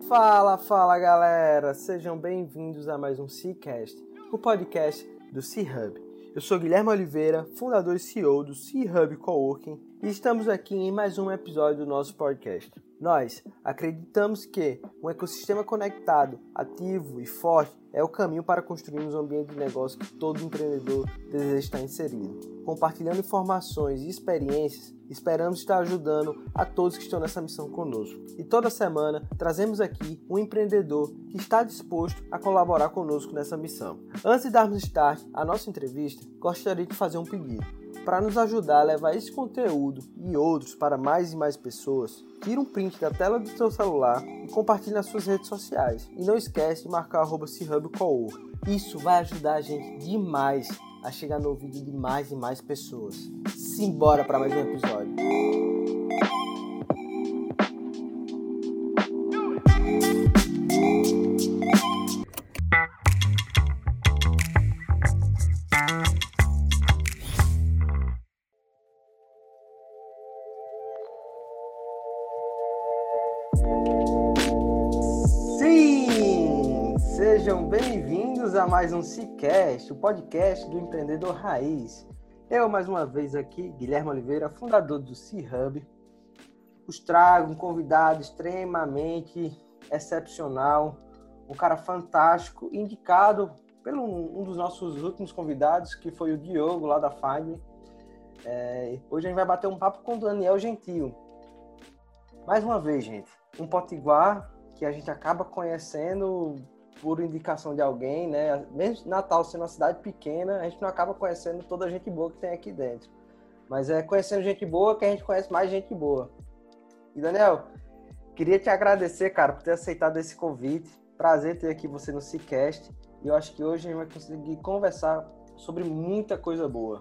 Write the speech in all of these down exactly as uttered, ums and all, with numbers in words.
Fala, fala galera! Sejam bem-vindos a mais um C-Cast, o podcast do C-Hub. Eu sou Guilherme Oliveira, fundador e C E O do C-Hub Coworking, e estamos aqui em mais um episódio do nosso podcast. Nós acreditamos que um ecossistema conectado, ativo e forte é o caminho para construirmos um ambiente de negócio que todo empreendedor deseja estar inserido. Compartilhando informações e experiências, esperamos estar ajudando a todos que estão nessa missão conosco. E toda semana trazemos aqui um empreendedor que está disposto a colaborar conosco nessa missão. Antes de darmos start à nossa entrevista, gostaria de fazer um pedido. Para nos ajudar a levar esse conteúdo e outros para mais e mais pessoas, tira um print da tela do seu celular e compartilhe nas suas redes sociais. E não esquece de marcar arroba C-Hub-Coworking. Isso vai ajudar a gente demais a chegar no ouvido de mais e mais pessoas. Simbora para mais um episódio. Sejam bem-vindos a mais um C-Cast, o podcast do empreendedor raiz. Eu, mais uma vez aqui, Guilherme Oliveira, fundador do C-Hub, os trago um convidado extremamente excepcional, um cara fantástico, indicado pelo um dos nossos últimos convidados, que foi o Diogo, lá da Find. É, hoje a gente vai bater um papo com o Daniel Gentil. Mais uma vez, gente, um potiguar que a gente acaba conhecendo por indicação de alguém, né? Mesmo Natal sendo uma cidade pequena, a gente não acaba conhecendo toda a gente boa que tem aqui dentro. Mas é conhecendo gente boa que a gente conhece mais gente boa. E Daniel, queria te agradecer, cara, por ter aceitado esse convite. Prazer ter aqui você no C-Cast. E eu acho que hoje a gente vai conseguir conversar sobre muita coisa boa.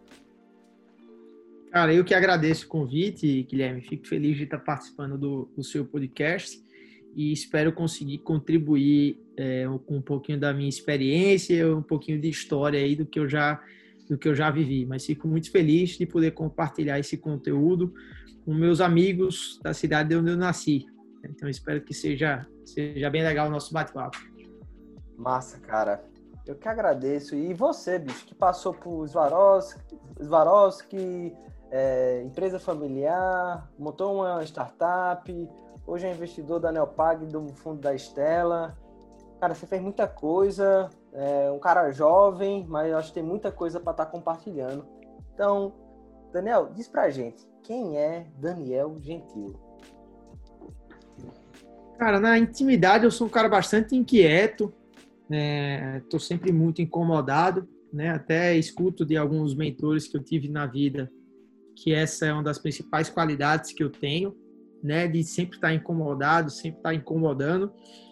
Cara, eu que agradeço o convite, Guilherme. Fico feliz de estar participando do, do seu podcast e espero conseguir contribuir é, com um pouquinho da minha experiência, um pouquinho de história aí do que eu já, do que eu já vivi. Mas fico muito feliz de poder compartilhar esse conteúdo com meus amigos da cidade onde eu nasci. Então, espero que seja, seja bem legal o nosso bate-papo. Massa, cara. Eu que agradeço. E você, bicho, que passou por Swarovski, Swarovski é, empresa familiar, montou uma startup, hoje é investidor da Neopag, do fundo da Estela. Cara, você fez muita coisa, é um cara jovem, mas eu acho que tem muita coisa para estar compartilhando. Então, Daniel, diz pra gente, quem é Daniel Gentil? Cara, na intimidade eu sou um cara bastante inquieto, né? Tô sempre muito incomodado, né? Até escuto de alguns mentores que eu tive na vida que essa é uma das principais qualidades que eu tenho, né, de sempre estar incomodado, sempre estar incomodando,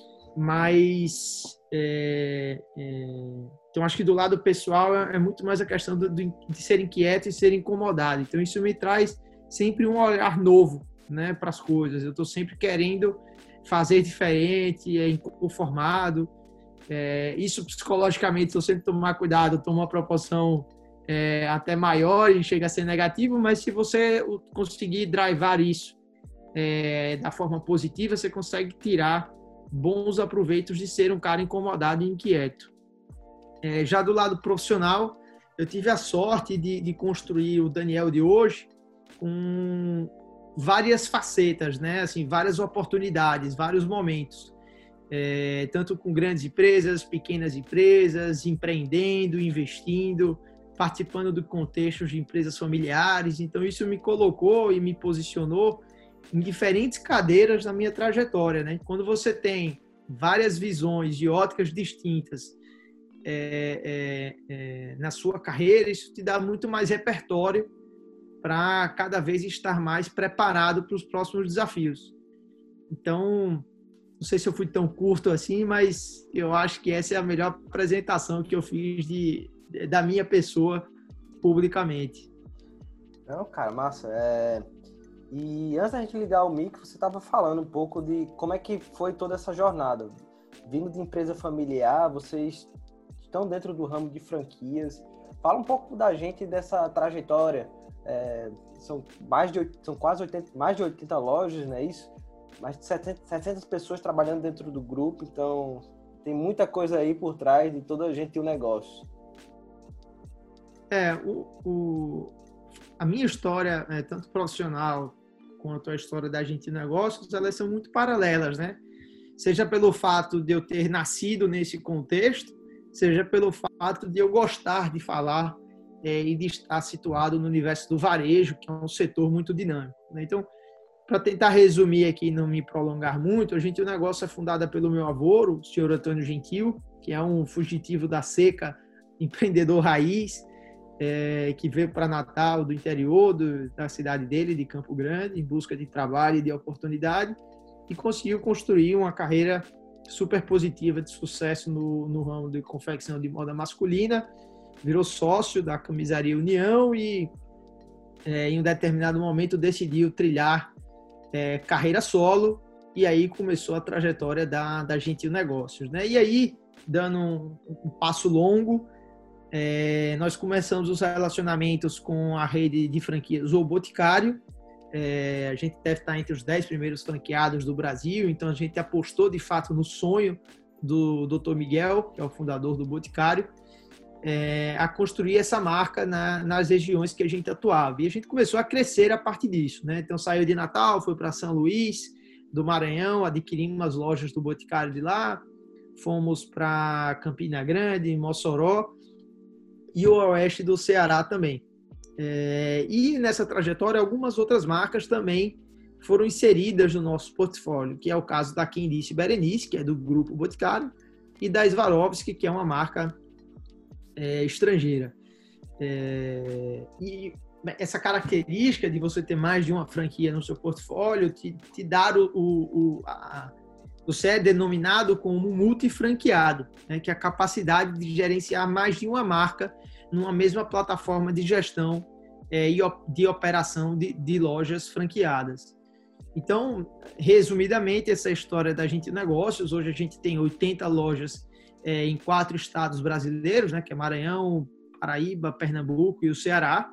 mas é, é, então acho que do lado pessoal é, é muito mais a questão do, de ser inquieto e ser incomodado. Então isso me traz sempre um olhar novo, né, para as coisas. Eu estou sempre querendo fazer diferente, é inconformado. É, isso psicologicamente, se eu sempre tomar cuidado, toma uma proporção é, até maior e chega a ser negativo, mas se você conseguir drivar isso É, da forma positiva, você consegue tirar bons aproveitos de ser um cara incomodado e inquieto. É, já do lado profissional, eu tive a sorte de, de construir o Daniel de hoje com várias facetas, né? Assim, várias oportunidades, vários momentos. É, tanto com grandes empresas, pequenas empresas, empreendendo, investindo, participando do contexto de empresas familiares. Então, isso me colocou e me posicionou em diferentes cadeiras na minha trajetória, né? Quando você tem várias visões de óticas distintas é, é, é, na sua carreira, isso te dá muito mais repertório para cada vez estar mais preparado para os próximos desafios. Então, não sei se eu fui tão curto assim, mas eu acho que essa é a melhor apresentação que eu fiz de, da minha pessoa publicamente. Não, cara, massa. É... E antes da gente ligar o mic, você estava falando um pouco de como é que foi toda essa jornada. Vindo de empresa familiar, vocês estão dentro do ramo de franquias. Fala um pouco da gente dessa trajetória. É, são, mais de, são quase oitenta, mais de oitenta lojas, não é isso? mais de setecentas pessoas trabalhando dentro do grupo, então tem muita coisa aí por trás de toda a gente e o negócio. É, o, o, a minha história, é, tanto profissional quanto a história da Gentil Negócios, elas são muito paralelas, né? Seja pelo fato de eu ter nascido nesse contexto, seja pelo fato de eu gostar de falar é, e de estar situado no universo do varejo, que é um setor muito dinâmico, né? Então, para tentar resumir aqui e não me prolongar muito, a Gentil Negócio é fundada pelo meu avô, o senhor Antônio Gentil, que é um fugitivo da seca, empreendedor raiz, é, que veio para Natal, do interior do, da cidade dele, de Campo Grande, em busca de trabalho e de oportunidade, e conseguiu construir uma carreira super positiva de sucesso no, no ramo de confecção de moda masculina, virou sócio da Camisaria União e, é, em um determinado momento, decidiu trilhar é, carreira solo, e aí começou a trajetória da, da Gentil Negócios, né? E aí, dando um, um passo longo, é, nós começamos os relacionamentos com a rede de franquias O Boticário. É, a gente deve estar entre os dez primeiros franqueados do Brasil, então a gente apostou de fato no sonho do doutor Miguel, que é o fundador do Boticário, é, a construir essa marca na, nas regiões que a gente atuava. E a gente começou a crescer a partir disso, né? Então saiu de Natal, foi para São Luís do Maranhão, adquirimos as lojas do Boticário de lá, fomos para Campina Grande, Mossoró e o oeste do Ceará também. É, e nessa trajetória, algumas outras marcas também foram inseridas no nosso portfólio, que é o caso da Quem Disse Berenice, que é do Grupo Boticário, e da Swarovski, que é uma marca é, estrangeira. É, e essa característica de você ter mais de uma franquia no seu portfólio te, te dá o... o, o a, você é denominado como multifranqueado, né, que é a capacidade de gerenciar mais de uma marca numa mesma plataforma de gestão é, e de operação de, de lojas franqueadas. Então, resumidamente, essa história da Gentil Negócios, hoje a gente tem oitenta lojas é, em quatro estados brasileiros, né, que é Maranhão, Paraíba, Pernambuco e o Ceará,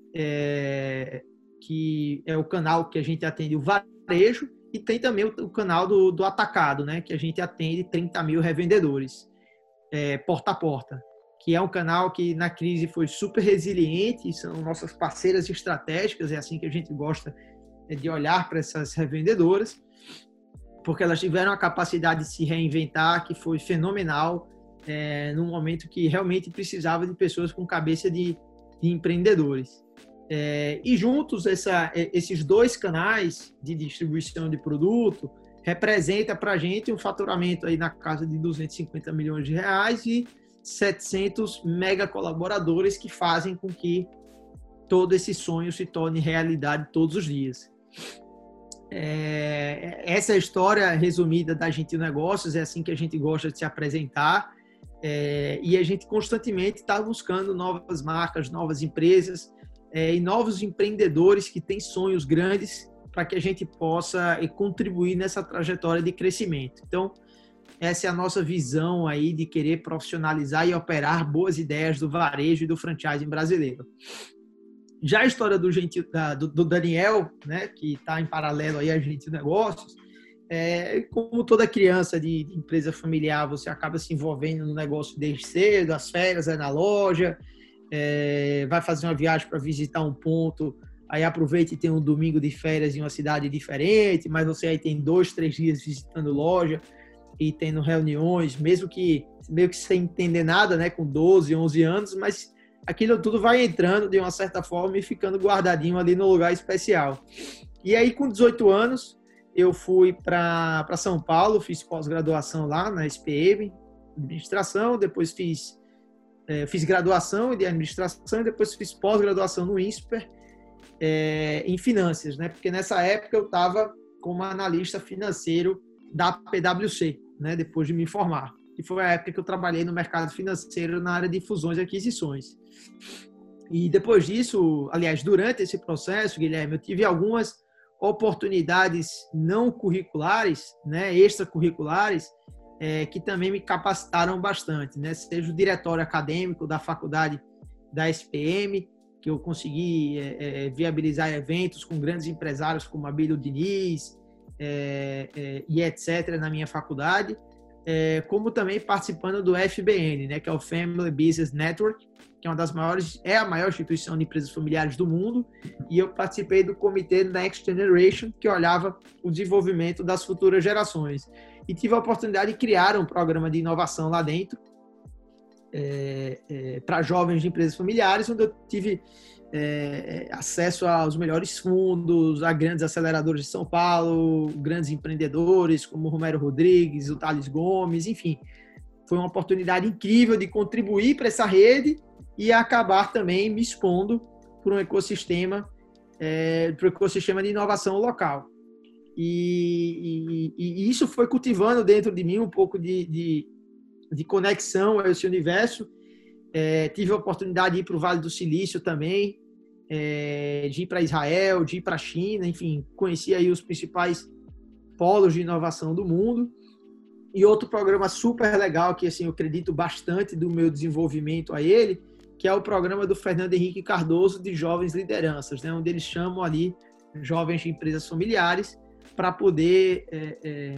é, que é o canal que a gente atende o varejo, e tem também o, o canal do, do atacado, né, que a gente atende trinta mil revendedores, é, porta a porta, que é um canal que na crise foi super resiliente, são nossas parceiras estratégicas, é assim que a gente gosta de olhar para essas revendedoras, porque elas tiveram a capacidade de se reinventar, que foi fenomenal, é, num momento que realmente precisava de pessoas com cabeça de, de empreendedores. É, e juntos, essa, esses dois canais de distribuição de produto representa para a gente um faturamento aí na casa de duzentos e cinquenta milhões de reais e setecentos mega colaboradores que fazem com que todo esse sonho se torne realidade todos os dias. É, essa é a história resumida da Gentil Negócios, é assim que a gente gosta de se apresentar, é, e a gente constantemente está buscando novas marcas, novas empresas, É, e novos empreendedores que têm sonhos grandes para que a gente possa contribuir nessa trajetória de crescimento. Então, essa é a nossa visão aí de querer profissionalizar e operar boas ideias do varejo e do franchising brasileiro. Já a história do, Gentil, do, do Daniel, né, que está em paralelo aí a Gentil Negócios, é, como toda criança de, de empresa familiar, você acaba se envolvendo no negócio desde cedo, as férias é na loja, É, vai fazer uma viagem para visitar um ponto, aí aproveita e tem um domingo de férias em uma cidade diferente, mas você aí tem dois, três dias visitando loja e tendo reuniões, mesmo que meio que sem entender nada, né, com doze, onze anos, mas aquilo tudo vai entrando de uma certa forma e ficando guardadinho ali no lugar especial. E aí, com dezoito anos, eu fui para São Paulo, fiz pós-graduação lá na S P M, administração, depois fiz É, fiz graduação de administração e depois fiz pós-graduação no INSPER é, em finanças, né? Porque nessa época eu estava como analista financeiro da P W C, né? Depois de me formar. E foi a época que eu trabalhei no mercado financeiro na área de fusões e aquisições. E depois disso, aliás, durante esse processo, Guilherme, eu tive algumas oportunidades não curriculares, né? Extracurriculares, É, que também me capacitaram bastante, né? Seja o diretório acadêmico da faculdade da S P M, que eu consegui é, é, viabilizar eventos com grandes empresários como Abílio Diniz, é, é, e etcétera na minha faculdade, é, como também participando do F B N, né, que é o Family Business Network, que é uma das maiores, é a maior instituição de empresas familiares do mundo, e eu participei do comitê Next Generation, que olhava o desenvolvimento das futuras gerações. E tive a oportunidade de criar um programa de inovação lá dentro, é, é, para jovens de empresas familiares, onde eu tive é, acesso aos melhores fundos, a grandes aceleradores de São Paulo, grandes empreendedores como o Romero Rodrigues, o Thales Gomes, enfim. Foi uma oportunidade incrível de contribuir para essa rede e acabar também me expondo para um ecossistema, é, para o ecossistema de inovação local. E, e, e isso foi cultivando dentro de mim um pouco de, de, de conexão a esse universo. É, tive a oportunidade de ir para o Vale do Silício também, é, de ir para Israel, de ir para a China, enfim, conheci aí os principais polos de inovação do mundo. E outro programa super legal, que assim, eu acredito bastante do meu desenvolvimento a ele, que é o programa do Fernando Henrique Cardoso de Jovens Lideranças, né, onde eles chamam ali jovens de empresas familiares para poder é, é,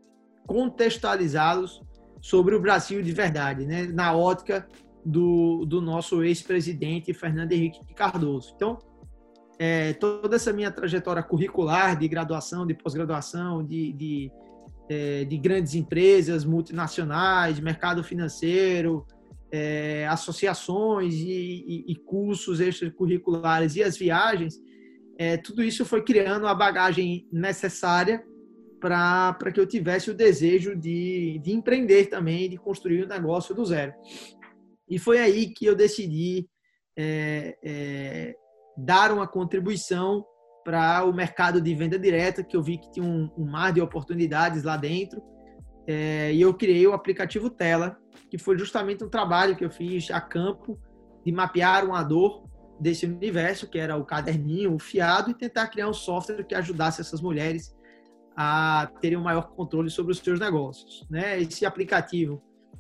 contextualizá-los sobre o Brasil de verdade, né, na ótica do, do nosso ex-presidente Fernando Henrique Cardoso. Então, é, toda essa minha trajetória curricular de graduação, de pós-graduação, de, de, é, de grandes empresas multinacionais, mercado financeiro, é, associações e, e, e cursos extracurriculares e as viagens, é, tudo isso foi criando a bagagem necessária para que eu tivesse o desejo de, de empreender também, de construir um negócio do zero. E foi aí que eu decidi é, é, dar uma contribuição para o mercado de venda direta, que eu vi que tinha um, um mar de oportunidades lá dentro, é, e eu criei o aplicativo Tela, que foi justamente um trabalho que eu fiz a campo de mapear uma dor desse universo, que era o caderninho, o fiado, e tentar criar um software que ajudasse essas mulheres a terem um maior controle sobre os seus negócios, né? Esse aplicativo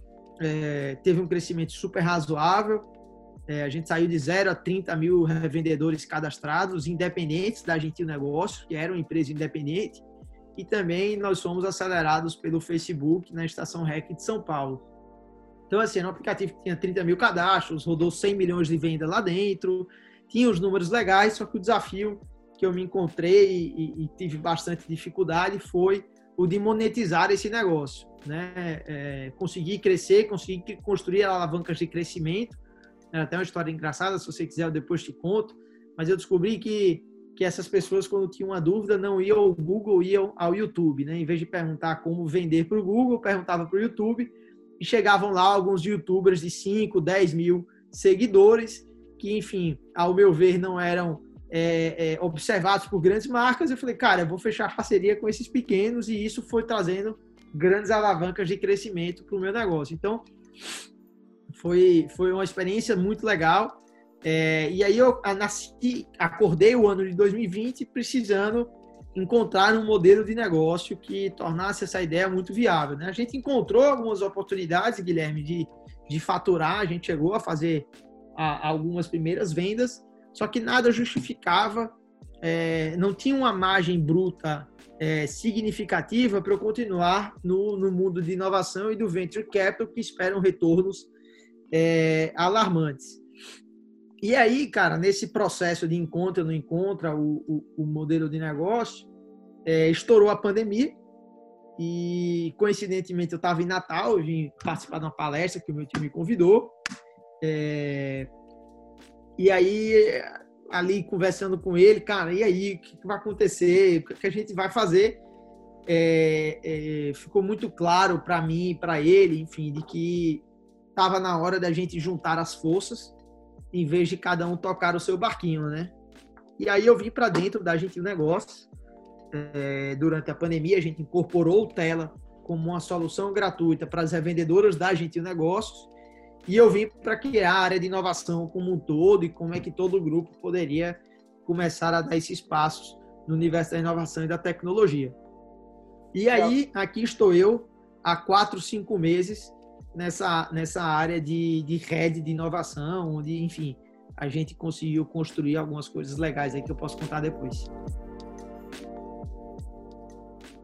é, teve um crescimento super razoável, é, a gente saiu de zero a trinta mil revendedores cadastrados, independentes da Gentil Negócios, que era uma empresa independente, e também nós fomos acelerados pelo Facebook na Estação R E C de São Paulo. Então, assim, era um aplicativo que tinha trinta mil cadastros, rodou cem milhões de vendas lá dentro, tinha os números legais, só que o desafio que eu me encontrei e, e tive bastante dificuldade foi o de monetizar esse negócio, né? É, conseguir crescer, conseguir construir alavancas de crescimento. Era até uma história engraçada, se você quiser eu depois te conto, mas eu descobri que, que essas pessoas, quando tinham uma dúvida, não iam ao Google, iam ao YouTube, né? Em vez de perguntar como vender para o Google, perguntava para o YouTube, e chegavam lá alguns youtubers de cinco, dez mil seguidores, que, enfim, ao meu ver, não eram é, é, observados por grandes marcas. Eu falei, cara, eu vou fechar parceria com esses pequenos, e isso foi trazendo grandes alavancas de crescimento para o meu negócio. Então, foi, foi uma experiência muito legal. É, e aí eu nasci, acordei o ano de dois mil e vinte precisando encontrar um modelo de negócio que tornasse essa ideia muito viável, né? A gente encontrou algumas oportunidades, Guilherme, de, de faturar, a gente chegou a fazer a, algumas primeiras vendas, só que nada justificava, é, não tinha uma margem bruta é, significativa para eu continuar no, no mundo de inovação e do venture capital, que esperam retornos é, alarmantes. E aí, cara, nesse processo de encontra ou não encontra o, o, o modelo de negócio, é, estourou a pandemia e, coincidentemente, eu estava em Natal, eu vim participar de uma palestra que o meu time me convidou. É, e aí, ali conversando com ele, cara, e aí, o que, que vai acontecer? O que a gente vai fazer? É, é, ficou muito claro para mim e para ele, enfim, de que estava na hora da gente juntar as forças, em vez de cada um tocar o seu barquinho, né? E aí eu vim para dentro da Gentil Negócios. É, durante a pandemia, a gente incorporou o Tela como uma solução gratuita para as revendedoras da Gentil Negócios, e eu vim para criar a área de inovação como um todo e como é que todo o grupo poderia começar a dar esses passos no universo da inovação e da tecnologia. E aí, aqui estou eu, há quatro, cinco meses, nessa, nessa área de, de rede de inovação, onde, enfim, a gente conseguiu construir algumas coisas legais aí que eu posso contar depois.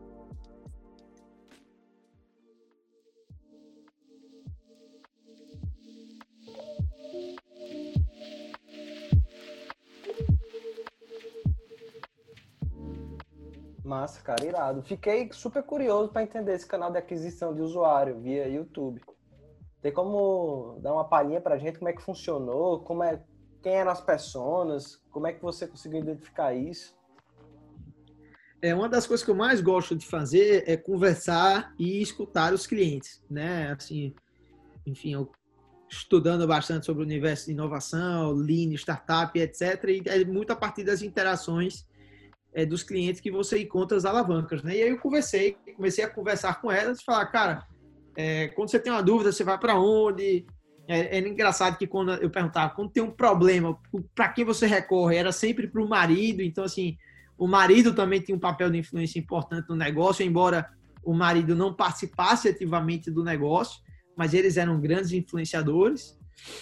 Massa, cara, irado. Fiquei super curioso para entender esse canal de aquisição de usuário via YouTube. Tem como dar uma palhinha pra gente como é que funcionou, como é, quem eram as personas, como é que você conseguiu identificar isso? É, uma das coisas que eu mais gosto de fazer é conversar e escutar os clientes, né? Assim, enfim, eu estudando bastante sobre o universo de inovação, Lean, startup, etcétera. E é muito a partir das interações é, dos clientes que você encontra as alavancas, né? E aí eu conversei, comecei a conversar com elas e falar, cara, é, quando você tem uma dúvida, você vai para onde? É, era engraçado que quando eu perguntava, quando tem um problema, para quem você recorre? Era sempre para o marido. Então, assim, o marido também tinha um papel de influência importante no negócio, embora o marido não participasse ativamente do negócio, mas eles eram grandes influenciadores.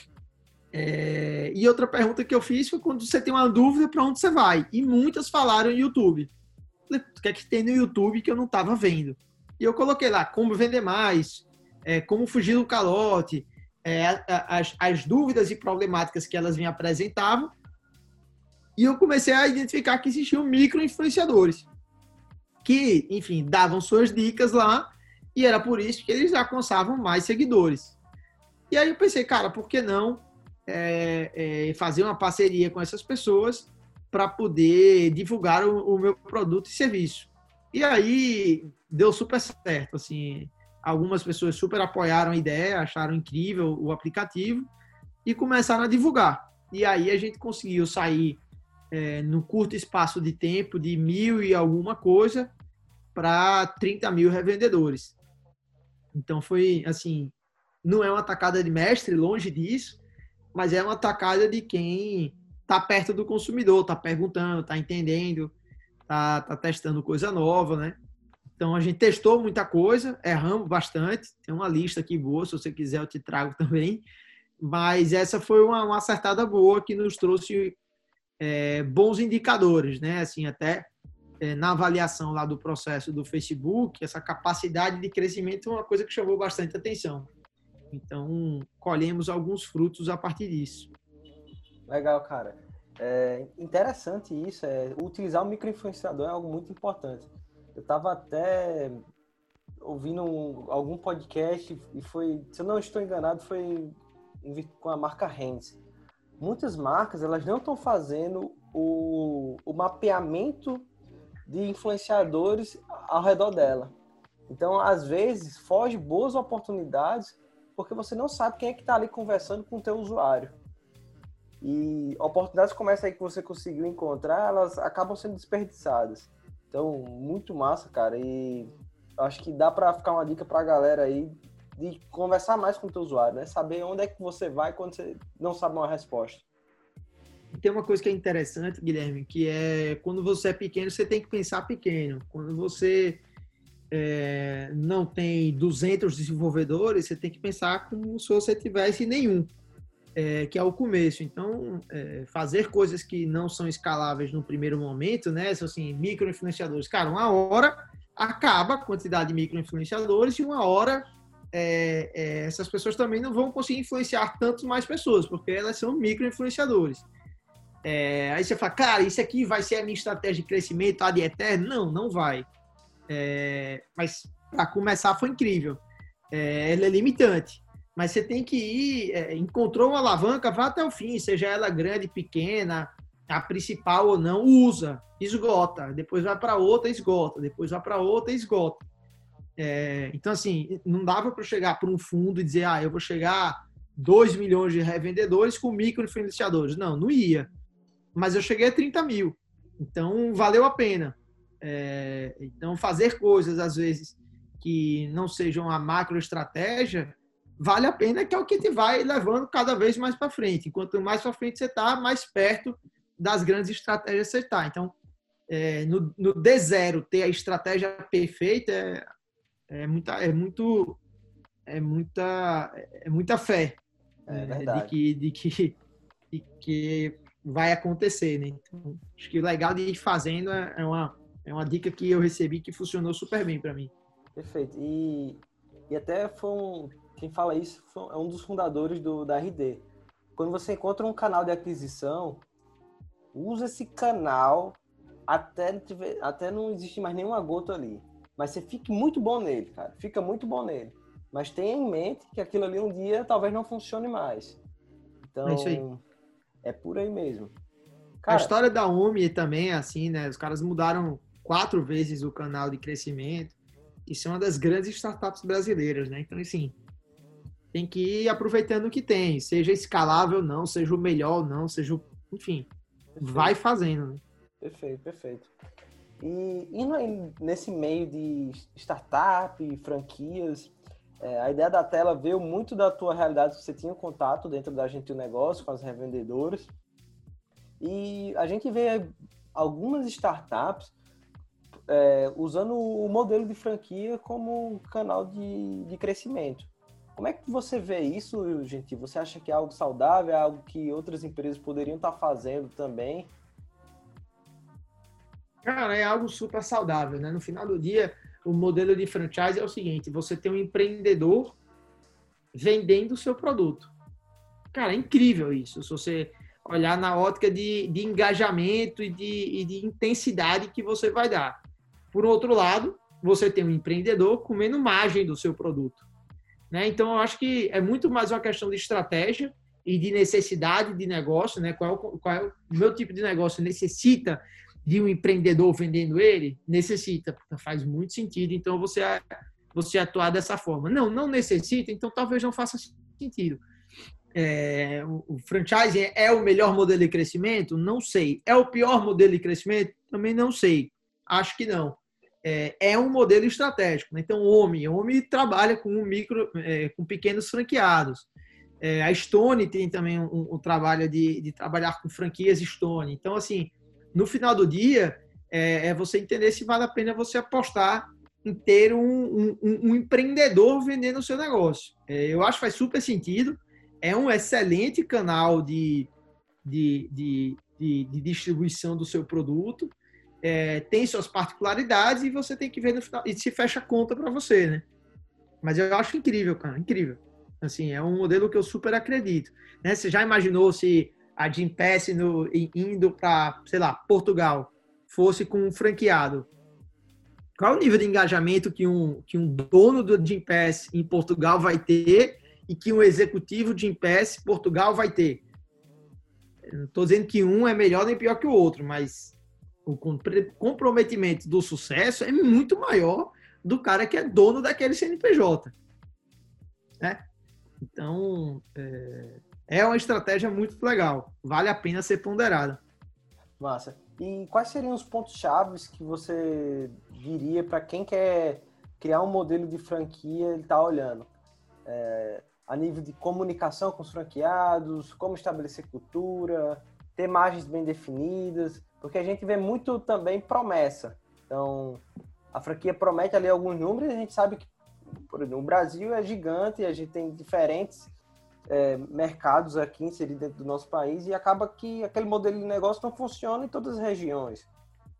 É, e outra pergunta que eu fiz foi quando você tem uma dúvida, para onde você vai? E muitas falaram YouTube. O que é que tem no YouTube que eu não estava vendo? E eu coloquei lá como vender mais, é, como fugir do calote, é, as, as dúvidas e problemáticas que elas me apresentavam. E eu comecei a identificar que existiam micro-influenciadores que, enfim, davam suas dicas lá e era por isso que eles alcançavam mais seguidores. E aí eu pensei, cara, por que não é, é, fazer uma parceria com essas pessoas para poder divulgar o, o meu produto e serviço? E aí deu super certo, assim, algumas pessoas super apoiaram a ideia, acharam incrível o aplicativo e começaram a divulgar. E aí a gente conseguiu sair é, no curto espaço de tempo de mil e alguma coisa para trinta mil revendedores. Então foi assim, não é uma tacada de mestre, longe disso, mas é uma tacada de quem está perto do consumidor, está perguntando, está entendendo, está tá testando coisa nova, né? Então a gente testou muita coisa, erramos bastante, tem uma lista aqui boa, se você quiser eu te trago também, mas essa foi uma, uma acertada boa que nos trouxe é, bons indicadores, né? Assim, até é, na avaliação lá do processo do Facebook, essa capacidade de crescimento é uma coisa que chamou bastante atenção. Então, colhemos alguns frutos a partir disso. Legal, cara. É interessante isso, é, utilizar o microinfluenciador é algo muito importante. Eu estava até ouvindo um, algum podcast e foi, se eu não estou enganado, foi com a marca Heinz. Muitas marcas, elas não estão fazendo o, o mapeamento de influenciadores ao redor dela. Então, às vezes, foge boas oportunidades porque você não sabe quem é que está ali conversando com o teu usuário. E oportunidades como essa aí que você conseguiu encontrar, elas acabam sendo desperdiçadas. Então, muito massa, cara. E acho que dá para ficar uma dica para a galera aí de conversar mais com o teu usuário, né? Saber onde é que você vai quando você não sabe uma resposta. Tem uma coisa que é interessante, Guilherme, que é quando você é pequeno, você tem que pensar pequeno. Quando você é, não tem duzentos desenvolvedores, você tem que pensar como se você tivesse nenhum, é, que é o começo. Então, é, fazer coisas que não são escaláveis no primeiro momento, né? São assim, micro-influenciadores. Cara, uma hora acaba a quantidade de micro-influenciadores e uma hora é, é, essas pessoas também não vão conseguir influenciar tantas mais pessoas, porque elas são micro-influenciadores. É, aí você fala, cara, isso aqui vai ser a minha estratégia de crescimento ad eterno? Não, não vai. É, mas para começar foi incrível. É, ela é limitante. Mas você tem que ir, é, encontrou uma alavanca, vá até o fim, seja ela grande, pequena, a principal ou não, usa, esgota. Depois vai para outra, esgota. Depois vai para outra, esgota. É, então, assim, não dava para chegar para um fundo e dizer, ah, eu vou chegar a dois milhões de revendedores com micro-influenciadores. Não, não ia. Mas eu cheguei a trinta mil. Então, valeu a pena. É, então, fazer coisas, às vezes, que não sejam a macroestratégia, vale a pena, que é o que te vai levando cada vez mais para frente. Quanto mais para frente você está, mais perto das grandes estratégias você está. Então, é, no, no D zero, ter a estratégia perfeita é, é, muita, é, muito, é, muita, é muita fé É é, verdade. de, que, de, que, de que vai acontecer, né? Então, acho que o legal de ir fazendo é uma, é uma dica que eu recebi que funcionou super bem para mim. Perfeito. E, e até foi um, quem fala isso foi, é um dos fundadores do, da R D. Quando você encontra um canal de aquisição, usa esse canal até, tiver, até não existe mais nenhuma gota ali. Mas você fique muito bom nele, cara. Fica muito bom nele. Mas tenha em mente que aquilo ali um dia talvez não funcione mais. Então, É isso aí. é por aí mesmo. A Cara, história da Omni também é assim, né? Os caras mudaram quatro vezes o canal de crescimento. Isso é uma das grandes startups brasileiras, né? Então, assim, tem que ir aproveitando o que tem. Seja escalável ou não, seja o melhor ou não, seja o... Enfim, perfeito, vai fazendo, né? perfeito, perfeito. E indo aí nesse meio de startup, franquias, é, a ideia da tela veio muito da tua realidade que você tinha contato dentro da Gentil Negócio com as revendedoras. E a gente vê algumas startups é, usando o modelo de franquia como canal de, de crescimento. Como é que você vê isso, Gentil? Você acha que é algo saudável, é algo que outras empresas poderiam estar fazendo também? Cara, é algo super saudável, né? No final do dia, o modelo de franchise é o seguinte: você tem um empreendedor vendendo o seu produto. Cara, é incrível isso. Se você olhar na ótica de, de engajamento e de, e de intensidade que você vai dar. Por outro lado, você tem um empreendedor comendo margem do seu produto. Né? Então, eu acho que é muito mais uma questão de estratégia e de necessidade de negócio. Né? Qual é o, qual é o meu tipo de negócio? Necessita de um empreendedor vendendo ele? Necessita, faz muito sentido. Então, você, você atuar dessa forma. Não, não necessita, então talvez não faça sentido. É, o franchise é o melhor modelo de crescimento? Não sei. É o pior modelo de crescimento? Também não sei. Acho que não. É, é um modelo estratégico. Né? Então, o Omni, o Omni trabalha com um micro, é, com pequenos franqueados. É, a Stone tem também um, um trabalho de, de trabalhar com franquias Stone. Então, assim, no final do dia, é, é você entender se vale a pena você apostar em ter um, um, um empreendedor vendendo o seu negócio. É, eu acho que faz super sentido. É um excelente canal de, de, de, de, de distribuição do seu produto. É, tem suas particularidades e você tem que ver no final. E se fecha a conta para você, né? Mas eu acho incrível, cara. Incrível. Assim, é um modelo que eu super acredito. Né? Você já imaginou se a Gympass no, indo para, sei lá, Portugal, fosse com um franqueado? Qual o nível de engajamento que um, que um dono do Gympass em Portugal vai ter e que um executivo de Gympass Portugal vai ter? Não estou dizendo que um é melhor nem pior que o outro, mas o comprometimento do sucesso é muito maior do cara que é dono daquele C N P J. Né? Então, é, é uma estratégia muito legal. Vale a pena ser ponderada. Massa. E quais seriam os pontos chaves que você diria para quem quer criar um modelo de franquia e está olhando? É, a nível de comunicação com os franqueados, como estabelecer cultura, ter margens bem definidas, porque a gente vê muito também promessa. Então, a franquia promete ali alguns números e a gente sabe que, por exemplo, o Brasil é gigante e a gente tem diferentes é, mercados aqui inseridos dentro do nosso país e acaba que aquele modelo de negócio não funciona em todas as regiões.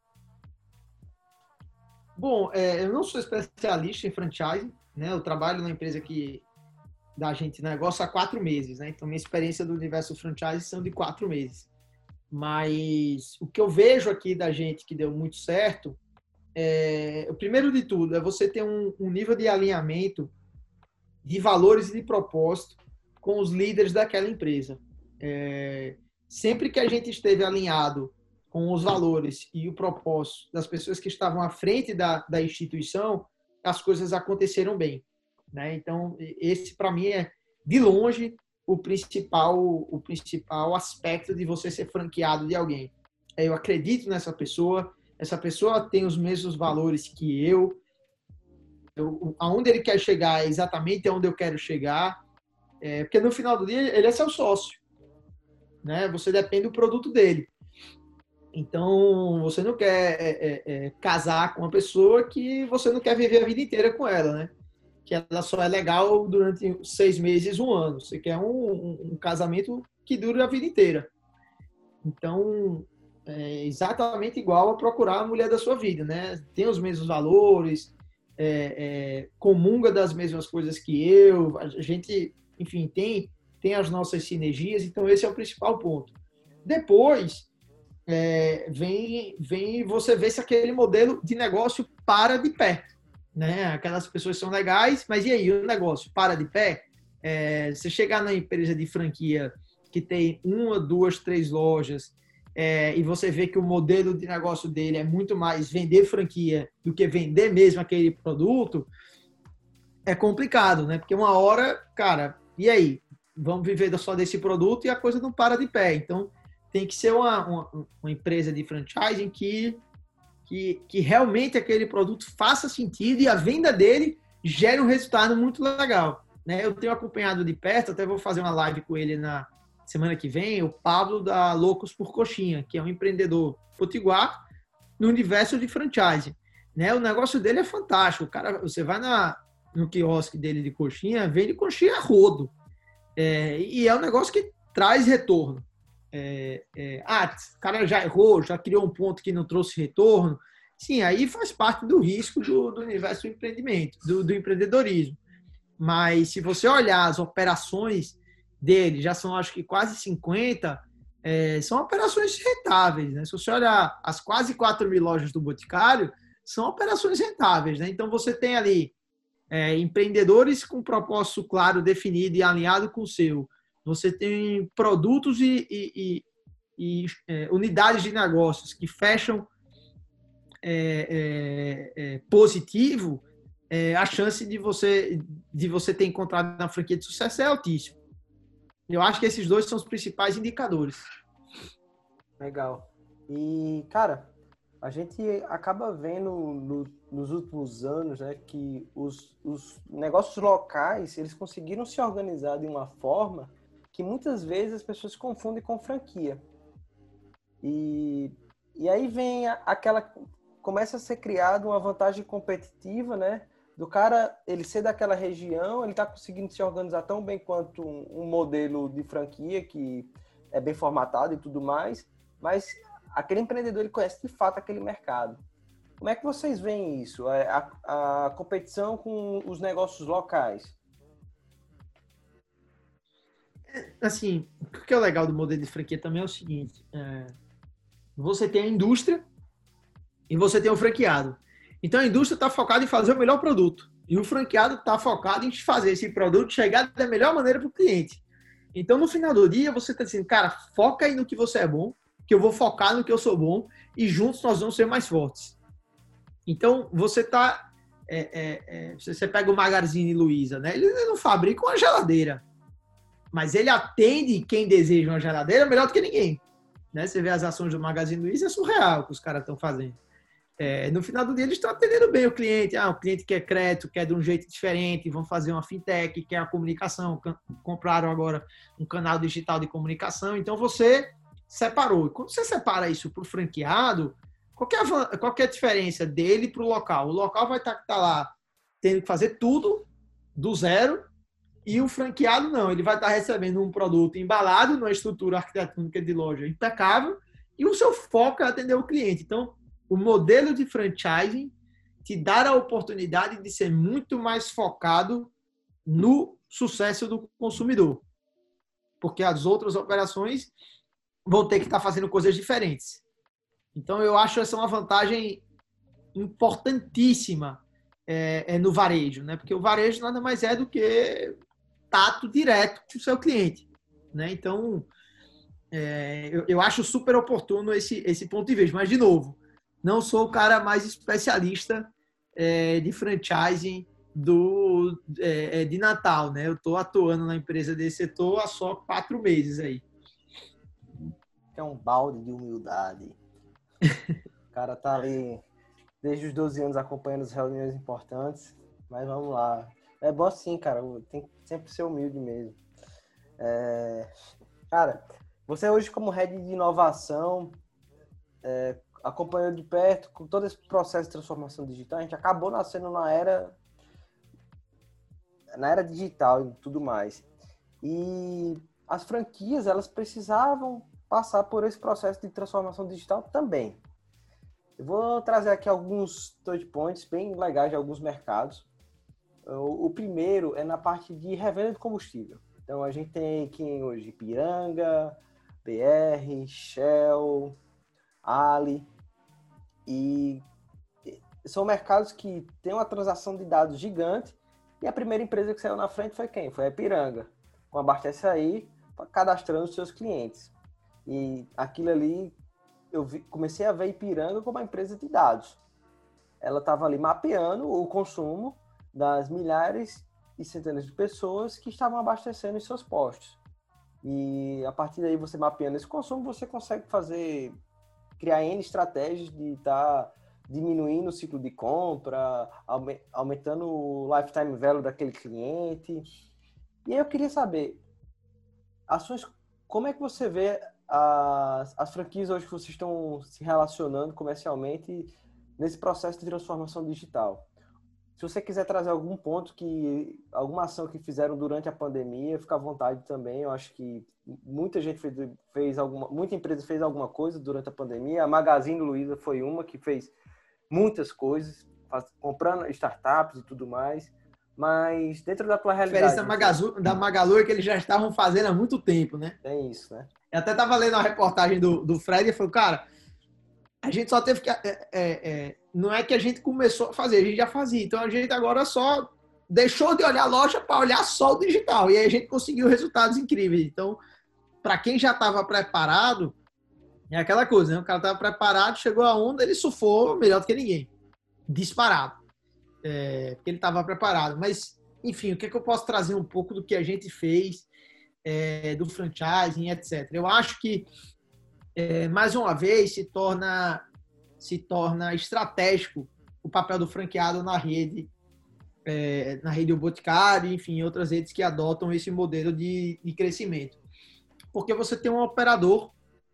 Bom, é, eu não sou especialista em franchise, né? Eu trabalho numa empresa que da gente negócio há quatro meses, né? Então, minha experiência do universo franchise são de quatro meses. Mas o que eu vejo aqui da gente que deu muito certo, é, o primeiro de tudo é você ter um, um nível de alinhamento de valores e de propósito com os líderes daquela empresa. É, sempre que a gente esteve alinhado com os valores e o propósito das pessoas que estavam à frente da, da instituição, as coisas aconteceram bem. Né? Então, esse para mim é, de longe, o principal, o principal aspecto de você ser franqueado de alguém. Eu acredito nessa pessoa, essa pessoa tem os mesmos valores que eu, eu aonde ele quer chegar é exatamente onde eu quero chegar, é, porque no final do dia ele é seu sócio, né? Você depende do produto dele. Então, você não quer é, é, é, casar com uma pessoa que você não quer viver a vida inteira com ela, né? Que ela só é legal durante seis meses, um ano. Você quer um, um, um casamento que dure a vida inteira. Então, é exatamente igual a procurar a mulher da sua vida, né? Tem os mesmos valores, é, é, comunga das mesmas coisas que eu, a gente, enfim, tem, tem as nossas sinergias, então esse é o principal ponto. Depois, é, vem, vem você ver se aquele modelo de negócio para de pé. Né? Aquelas pessoas são legais, mas e aí, o negócio para de pé? É, você chegar na empresa de franquia que tem uma, duas, três lojas, é, e você vê que o modelo de negócio dele é muito mais vender franquia do que vender mesmo aquele produto, é complicado, né? Porque uma hora, cara, e aí? Vamos viver só desse produto e a coisa não para de pé. Então, tem que ser uma, uma, uma empresa de franchising que, que, que realmente aquele produto faça sentido e a venda dele gere um resultado muito legal. Né? Eu tenho acompanhado de perto, até vou fazer uma live com ele na semana que vem, o Pablo da Loucos por Coxinha, que é um empreendedor potiguar no universo de franchising. Né? O negócio dele é fantástico. O cara, você vai na, no quiosque dele de coxinha, vende coxinha a rodo. É, e é um negócio que traz retorno. É, é, ah, o cara já errou, já criou um ponto que não trouxe retorno. Sim, aí faz parte do risco do, do universo do empreendimento, do, do empreendedorismo. Mas se você olhar as operações dele, já são acho que quase cinquenta, é, são operações rentáveis. Né? Se você olhar as quase quatro mil lojas do Boticário, são operações rentáveis. Né? Então você tem ali É, empreendedores com propósito claro, definido e alinhado com o seu. Você tem produtos e, e, e, e é, unidades de negócios que fecham é, é, é, positivo, é, a chance de você, de você ter encontrado na franquia de sucesso é altíssima. Eu acho que esses dois são os principais indicadores. Legal. E, cara, a gente acaba vendo no, nos últimos anos, né, que os, os negócios locais, eles conseguiram se organizar de uma forma que muitas vezes as pessoas confundem com franquia. E, e aí vem a, aquela... Começa a ser criada uma vantagem competitiva, né, do cara, ele ser daquela região, ele está conseguindo se organizar tão bem quanto um, um modelo de franquia que é bem formatado e tudo mais, mas aquele empreendedor, ele conhece de fato aquele mercado. Como é que vocês veem isso? A, a, a competição com os negócios locais? Assim, o que é legal do modelo de franquia também é o seguinte, é, você tem a indústria e você tem o franqueado. Então a indústria está focada em fazer o melhor produto e o franqueado está focado em fazer esse produto chegar da melhor maneira para o cliente. Então no final do dia você está dizendo, cara, foca aí no que você é bom, que eu vou focar no que eu sou bom e juntos nós vamos ser mais fortes. Então, você tá... É, é, é, você pega o Magazine Luiza, né? Ele não fabrica uma geladeira, mas ele atende quem deseja uma geladeira melhor do que ninguém. Né? Você vê as ações do Magazine Luiza, é surreal o que os caras estão fazendo. É, no final do dia, eles estão atendendo bem o cliente. Ah, o cliente quer crédito, quer de um jeito diferente, vão fazer uma fintech, quer a comunicação, compraram agora um canal digital de comunicação. Então, você separou. E quando você separa isso para o franqueado, qualquer, qualquer diferença dele para o local, o local vai estar tá, tá lá tendo que fazer tudo do zero e o franqueado não. Ele vai estar tá recebendo um produto embalado numa estrutura arquitetônica de loja impecável e o seu foco é atender o cliente. Então, o modelo de franchising te dá a oportunidade de ser muito mais focado no sucesso do consumidor. Porque as outras operações vão ter que estar fazendo coisas diferentes. Então, eu acho essa uma vantagem importantíssima é, é no varejo, né? Porque o varejo nada mais é do que tato direto com o seu cliente, né? Então, é, eu, eu acho super oportuno esse, esse ponto de vista. Mas, de novo, não sou o cara mais especialista é, de franchising do, é, de Natal, né? Eu estou atuando na empresa desse setor há só quatro meses aí. É um balde de humildade. O cara tá ali desde os doze anos acompanhando as reuniões importantes, mas vamos lá. É bom sim, cara, tem que sempre ser humilde mesmo. É... Cara, você hoje como head de inovação, é, acompanhando de perto com todo esse processo de transformação digital, a gente acabou nascendo na era na era digital e tudo mais. E as franquias, elas precisavam passar por esse processo de transformação digital também. Eu vou trazer aqui alguns touch points bem legais de alguns mercados. O primeiro é na parte de revenda de combustível. Então, a gente tem aqui hoje Ipiranga, B R, Shell, Ali. E são mercados que têm uma transação de dados gigante. E a primeira empresa que saiu na frente foi quem? Foi a Ipiranga, com Abastece Aí, cadastrando os seus clientes. E aquilo ali, eu vi, comecei a ver a Ipiranga como uma empresa de dados. Ela estava ali mapeando o consumo das milhares e centenas de pessoas que estavam abastecendo em seus postos. E a partir daí, você mapeando esse consumo, você consegue fazer, criar N estratégias de estar tá diminuindo o ciclo de compra, aumentando o lifetime value daquele cliente. E aí eu queria saber, ações, como é que você vê as, as franquias hoje que vocês estão se relacionando comercialmente nesse processo de transformação digital? Se você quiser trazer algum ponto, que alguma ação que fizeram durante a pandemia, fica à vontade também. Eu acho que muita gente fez, fez alguma, muita empresa fez alguma coisa durante a pandemia. A Magazine Luiza foi uma que fez muitas coisas, faz, comprando startups e tudo mais. Mas dentro da tua realidade... A diferença da Magalu, da Magalu é que eles já estavam fazendo há muito tempo, né? Tem isso, né? Eu até estava lendo a reportagem do, do Fred e falou, cara, a gente só teve que... É, é, é, não é que a gente começou a fazer, a gente já fazia. Então a gente agora só deixou de olhar a loja para olhar só o digital. E aí a gente conseguiu resultados incríveis. Então, para quem já estava preparado, é aquela coisa, né? O cara estava preparado, chegou a onda, ele surfou melhor do que ninguém. Disparado. É, porque ele estava preparado. Mas, enfim, o que é que eu posso trazer um pouco do que a gente fez, é, do franchising, etcétera. Eu acho que, é, mais uma vez, se torna... se torna estratégico o papel do franqueado na rede, é, na rede do Boticário, enfim, outras redes que adotam esse modelo de, de crescimento. Porque você tem um operador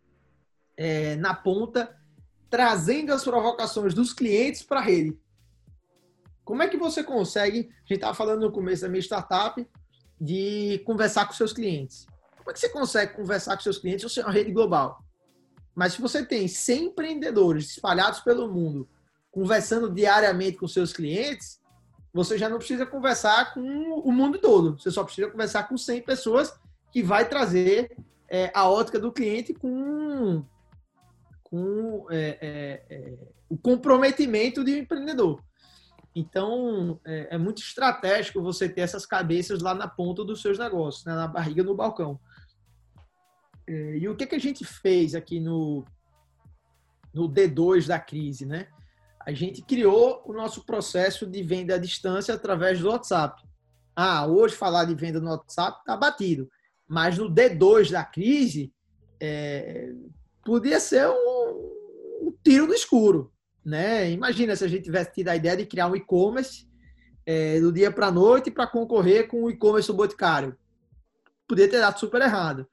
é, na ponta, trazendo as provocações dos clientes para a rede. Como é que você consegue, a gente estava falando no começo da minha startup, de conversar com seus clientes. Como é que você consegue conversar com seus clientes se você é uma rede global? Mas se você tem cem empreendedores espalhados pelo mundo, conversando diariamente com seus clientes, você já não precisa conversar com o mundo todo. Você só precisa conversar com cem pessoas que vai trazer é, a ótica do cliente com, com é, é, é, o comprometimento de um empreendedor. Então, é, é muito estratégico você ter essas cabeças lá na ponta dos seus negócios, né? Na barriga, no balcão. E o que, que a gente fez aqui no, no D dois da crise, né? A gente criou o nosso processo de venda à distância através do WhatsApp. Ah, hoje falar de venda no WhatsApp está batido. Mas no D dois da crise, é, podia ser um, um tiro no escuro, né? Imagina se a gente tivesse tido a ideia de criar um e-commerce é, do dia para a noite para concorrer com o e-commerce do Boticário. Podia ter dado super errado.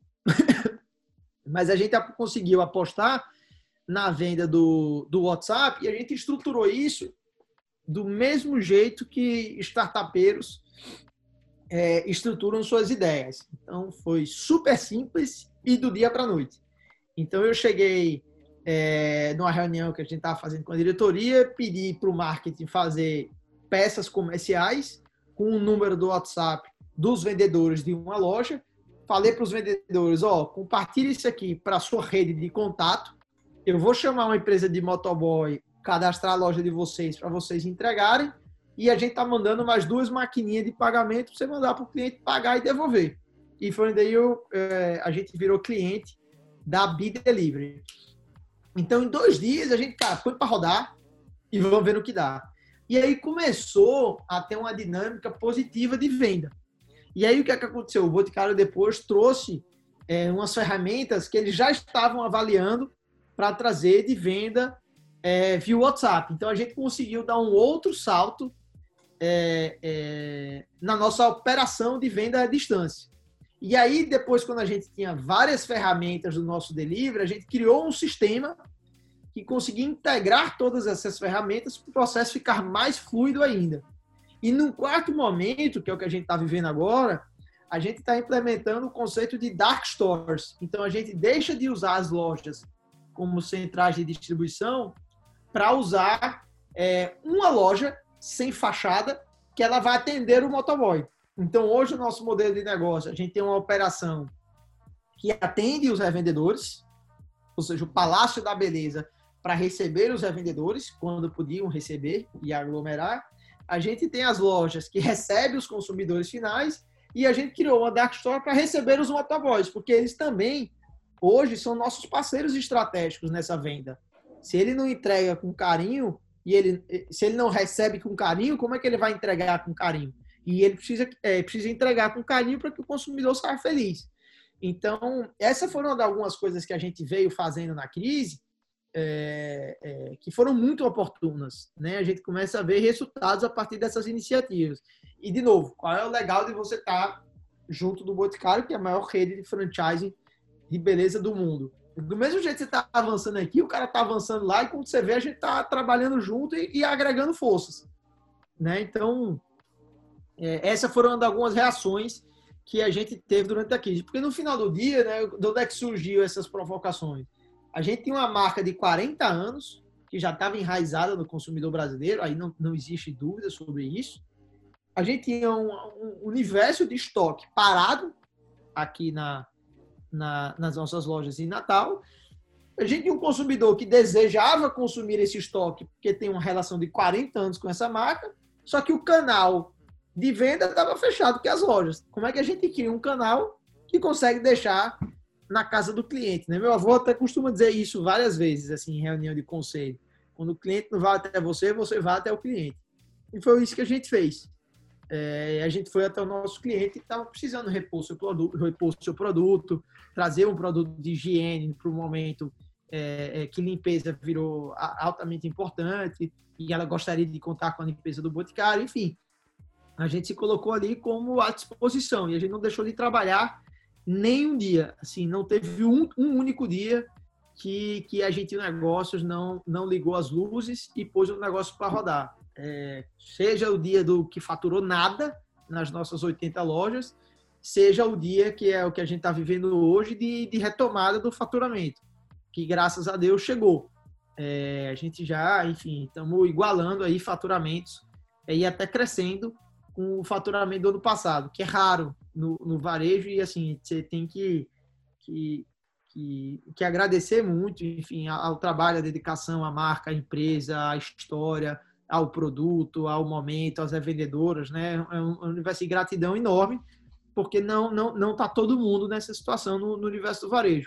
Mas a gente conseguiu apostar na venda do, do WhatsApp e a gente estruturou isso do mesmo jeito que startupeiros é, estruturam suas ideias. Então, foi super simples e do dia para a noite. Então, eu cheguei é, numa reunião que a gente estava fazendo com a diretoria, pedi para o marketing fazer peças comerciais com o número do WhatsApp dos vendedores de uma loja. Falei para os vendedores, ó, compartilhe isso aqui para a sua rede de contato. Eu vou chamar uma empresa de motoboy, cadastrar a loja de vocês para vocês entregarem. E a gente está mandando mais duas maquininhas de pagamento para você mandar para o cliente pagar e devolver. E foi daí eu, é, a gente virou cliente da Be Delivery. Então, em dois dias, a gente, cara, põe para rodar e vamos ver no que dá. E aí começou a ter uma dinâmica positiva de venda. E aí, o que é que aconteceu? O Boticário depois trouxe é, umas ferramentas que eles já estavam avaliando para trazer de venda é, via WhatsApp. Então, a gente conseguiu dar um outro salto é, é, na nossa operação de venda à distância. E aí, depois, quando a gente tinha várias ferramentas do nosso delivery, a gente criou um sistema que conseguia integrar todas essas ferramentas para o processo ficar mais fluido ainda. E num quarto momento, que é o que a gente está vivendo agora, a gente está implementando o conceito de dark stores. Então, a gente deixa de usar as lojas como centrais de distribuição para usar é, uma loja sem fachada que ela vai atender o motoboy. Então, hoje, o nosso modelo de negócio, a gente tem uma operação que atende os revendedores, ou seja, o Palácio da Beleza, para receber os revendedores, quando podiam receber e aglomerar. A gente tem as lojas que recebem os consumidores finais e a gente criou uma Dark Store para receber os motoboys, porque eles também, hoje, são nossos parceiros estratégicos nessa venda. Se ele não entrega com carinho, e ele, se ele não recebe com carinho, como é que ele vai entregar com carinho? E ele precisa, é, precisa entregar com carinho para que o consumidor saia feliz. Então, essas foram algumas coisas que a gente veio fazendo na crise, é, é, que foram muito oportunas, né? A gente começa a ver resultados a partir dessas iniciativas. E, de novo, qual é o legal de você estar junto do Boticário, que é a maior rede de franchising de beleza do mundo? Do mesmo jeito que você está avançando aqui, o cara está avançando lá, e quando você vê, a gente está trabalhando junto e, e agregando forças, né? Então, é, essas foram algumas reações que a gente teve durante a crise. Porque no final do dia, né, de onde é que surgiu essas provocações? A gente tinha uma marca de quarenta anos, que já estava enraizada no consumidor brasileiro, aí não, não existe dúvida sobre isso. A gente tinha um, um universo de estoque parado aqui na, na, nas nossas lojas em Natal. A gente tinha um consumidor que desejava consumir esse estoque, porque tem uma relação de quarenta anos com essa marca, só que o canal de venda estava fechado, que é as lojas. Como é que a gente cria um canal que consegue deixar na casa do cliente, né? Meu avô até costuma dizer isso várias vezes, assim, em reunião de conselho. Quando o cliente não vai até você, você vai até o cliente. E foi isso que a gente fez. É, a gente foi até o nosso cliente e estava precisando repor seu produto, repor seu produto, trazer um produto de higiene para o momento é, é, que limpeza virou altamente importante e ela gostaria de contar com a limpeza do Boticário, enfim. A gente se colocou ali como à disposição e a gente não deixou de trabalhar nem um dia. Assim, não teve um, um único dia que, que a gente, negócios, não, não ligou as luzes e pôs o negócio para rodar. É, seja o dia do que faturou nada nas nossas oitenta lojas, seja o dia que é o que a gente está vivendo hoje de, de retomada do faturamento, que graças a Deus chegou. É, a gente já, enfim, estamos igualando aí faturamentos é, e até crescendo com o faturamento do ano passado, que é raro no, no varejo e assim, você tem que, que, que, que agradecer muito, enfim, ao trabalho, à dedicação, à marca, à empresa, à história, ao produto, ao momento, às revendedoras, né? É um universo de gratidão enorme, porque não não não está todo mundo nessa situação no, no universo do varejo.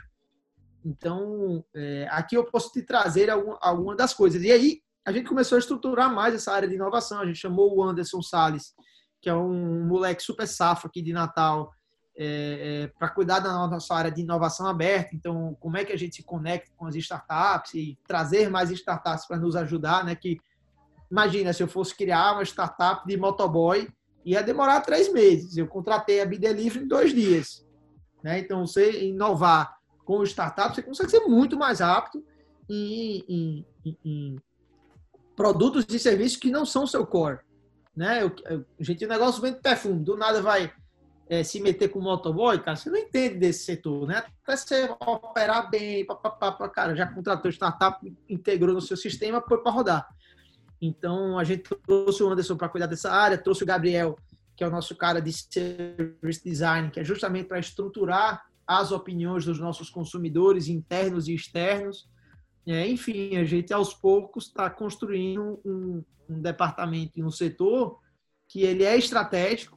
Então, é, aqui eu posso te trazer algum, alguma das coisas. E aí, a gente começou a estruturar mais essa área de inovação. A gente chamou o Anderson Salles, que é um moleque super safo aqui de Natal, é, é, para cuidar da nossa área de inovação aberta. Então, como é que a gente se conecta com as startups e trazer mais startups para nos ajudar, né? Que imagina, se eu fosse criar uma startup de motoboy, ia demorar três meses. Eu contratei a Bidelivery em dois dias. Né? Então, você inovar com o startup, você consegue ser muito mais rápido em, em, em, em produtos e serviços que não são seu core. Né? Eu, eu, a gente, o negócio vende perfume, do nada vai é, se meter com motoboy, cara, você não entende desse setor. Né? Até você operar bem, pá, pá, pá, pá, cara, já contratou startup, integrou no seu sistema, foi para rodar. Então, a gente trouxe o Anderson para cuidar dessa área, trouxe o Gabriel, que é o nosso cara de service design, que é justamente para estruturar as opiniões dos nossos consumidores internos e externos. É, enfim, a gente, aos poucos, está construindo um, um departamento e um setor que ele é estratégico